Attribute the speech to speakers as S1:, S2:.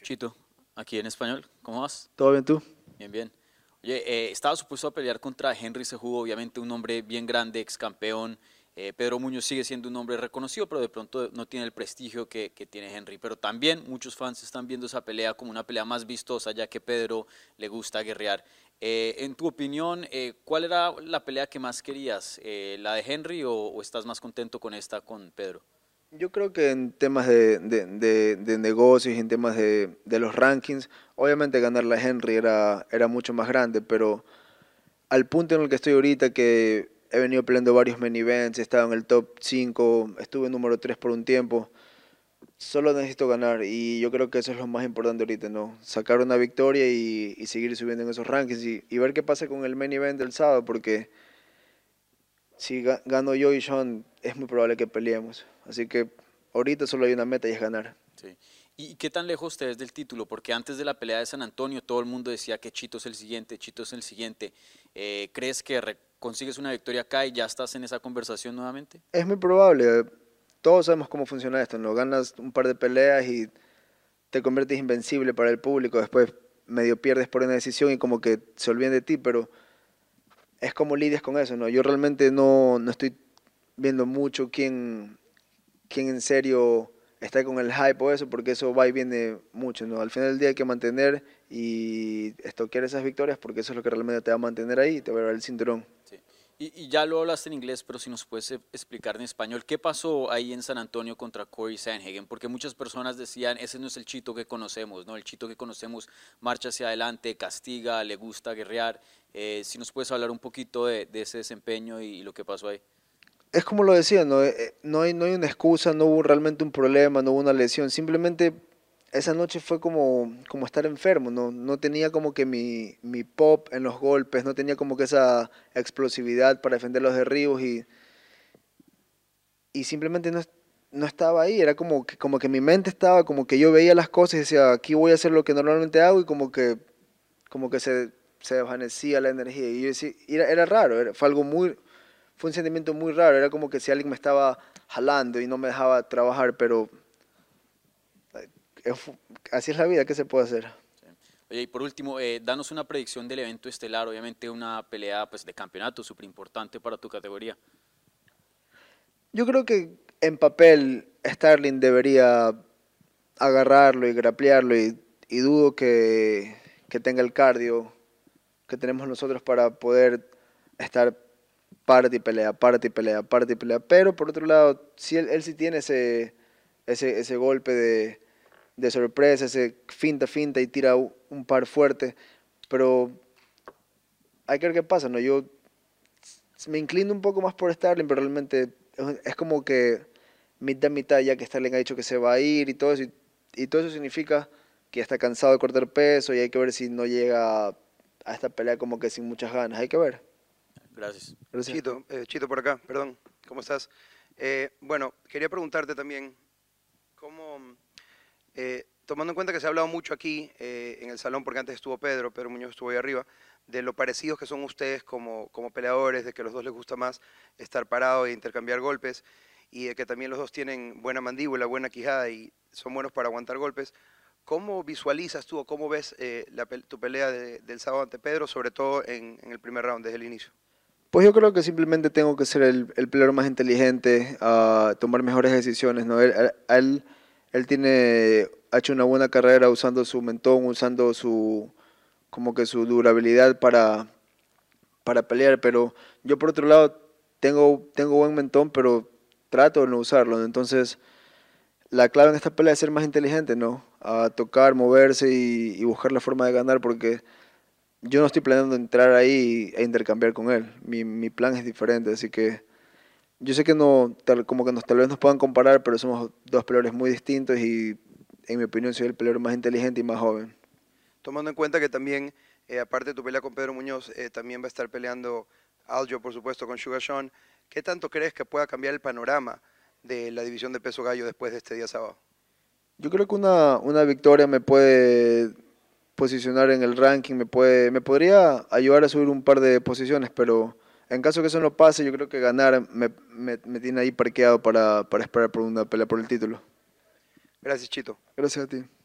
S1: Chito, aquí en español, ¿cómo vas?
S2: ¿Todo bien tú?
S1: Bien, bien. Oye, estaba supuesto a pelear contra Henry Cejudo, obviamente un hombre bien grande, ex campeón. Pedro Muñoz sigue siendo un hombre reconocido, pero de pronto no tiene el prestigio que tiene Henry. Pero también muchos fans están viendo esa pelea como una pelea más vistosa, ya que Pedro le gusta guerrear. En tu opinión, ¿cuál era la pelea que más querías? ¿La de Henry o estás más contento con esta con Pedro?
S2: Yo creo que en temas de negocios y en temas de los rankings, obviamente ganarle a Henry era mucho más grande, pero al punto en el que estoy ahorita, que he venido peleando varios main events, he estado en el top 5, estuve en número 3 por un tiempo, solo necesito ganar y yo creo que eso es lo más importante ahorita, ¿no? Sacar una victoria y seguir subiendo en esos rankings y ver qué pasa con el main event del sábado, porque si gano yo y Sean, es muy probable que peleemos. Así que ahorita solo hay una meta y es ganar.
S1: Sí. ¿Y qué tan lejos te ves del título? Porque antes de la pelea de San Antonio todo el mundo decía que Chito es el siguiente, Chito es el siguiente. ¿Crees que consigues una victoria acá y ya estás en esa conversación nuevamente?
S2: Es muy probable. Todos sabemos cómo funciona esto, ¿no? Ganas un par de peleas y te conviertes invencible para el público. Después medio pierdes por una decisión y como que se olviden de ti, pero es como lidias con eso, ¿no? Yo realmente no estoy viendo mucho quién en serio está con el hype o eso, porque eso va y viene mucho, ¿no? Al final del día hay que mantener y estoquear esas victorias porque eso es lo que realmente te va a mantener ahí y te va a dar el cinturón.
S1: Sí. Y ya lo hablaste en inglés, pero si nos puedes explicar en español, ¿qué pasó ahí en San Antonio contra Corey Sandhagen? Porque muchas personas decían, ese no es el Chito que conocemos, ¿no? El Chito que conocemos marcha hacia adelante, castiga, le gusta guerrear. Si nos puedes hablar un poquito de ese desempeño y lo que pasó ahí.
S2: Es como lo decía, ¿no? No hay una excusa, no hubo realmente un problema, no hubo una lesión, simplemente esa noche fue como estar enfermo, ¿no? No tenía como que mi pop en los golpes, no tenía como que esa explosividad para defender los derribos y simplemente no estaba ahí, era como que mi mente estaba, como que yo veía las cosas y decía, aquí voy a hacer lo que normalmente hago y como que se desvanecía la energía y yo decía, era raro, fue un sentimiento muy raro, era como que si alguien me estaba jalando y no me dejaba trabajar, pero eh, fu- así es la vida, ¿qué se puede hacer?
S1: Sí. Oye, y por último, danos una predicción del evento estelar, obviamente una pelea pues, de campeonato súper importante para tu categoría.
S2: Yo creo que en papel Starling debería agarrarlo y graplearlo y dudo que tenga el cardio que tenemos nosotros para poder estar parte y pelea, parte y pelea, parte y pelea. Pero por otro lado, sí, él sí tiene ese golpe de sorpresa, ese finta, finta y tira un par fuerte. Pero hay que ver qué pasa, ¿no? Yo me inclino un poco más por Starling, pero realmente es como que mitad, mitad, ya que Starling ha dicho que se va a ir y todo eso. Y todo eso significa que ya está cansado de cortar peso y hay que ver si no llega a esta pelea como que sin muchas ganas. Hay que ver.
S1: Gracias.
S2: Gracias.
S3: Chito por acá, perdón, ¿cómo estás? Bueno, quería preguntarte también, ¿cómo, tomando en cuenta que se ha hablado mucho aquí en el salón, porque antes estuvo Pedro Muñoz estuvo ahí arriba, de lo parecidos que son ustedes como peleadores, de que a los dos les gusta más estar parado e intercambiar golpes, y de que también los dos tienen buena mandíbula, buena quijada y son buenos para aguantar golpes, ¿cómo visualizas tú o cómo ves tu pelea del sábado ante Pedro, sobre todo en el primer round, desde el inicio?
S2: Pues yo creo que simplemente tengo que ser el peleador más inteligente, tomar mejores decisiones, ¿no? Ha hecho una buena carrera usando su mentón, usando como que su durabilidad para pelear, pero yo por otro lado tengo buen mentón, pero trato de no usarlo, ¿no? Entonces, la clave en esta pelea es ser más inteligente, ¿no? A tocar, moverse y buscar la forma de ganar, porque yo no estoy planeando entrar ahí e intercambiar con él. Mi plan es diferente, así que yo sé que no, como que tal vez nos puedan comparar, pero somos dos peleadores muy distintos y en mi opinión soy el peleador más inteligente y más joven.
S3: Tomando en cuenta que también, aparte de tu pelea con Pedro Muñoz, también va a estar peleando Aljo, por supuesto, con Sugar Sean. ¿Qué tanto crees que pueda cambiar el panorama de la división de peso gallo después de este día sábado?
S2: Yo creo que una victoria me puede posicionar en el ranking, me podría ayudar a subir un par de posiciones, pero en caso que eso no pase, yo creo que ganar me tiene ahí parqueado para esperar por una pelea por el título.
S3: Gracias, Chito.
S2: Gracias a ti.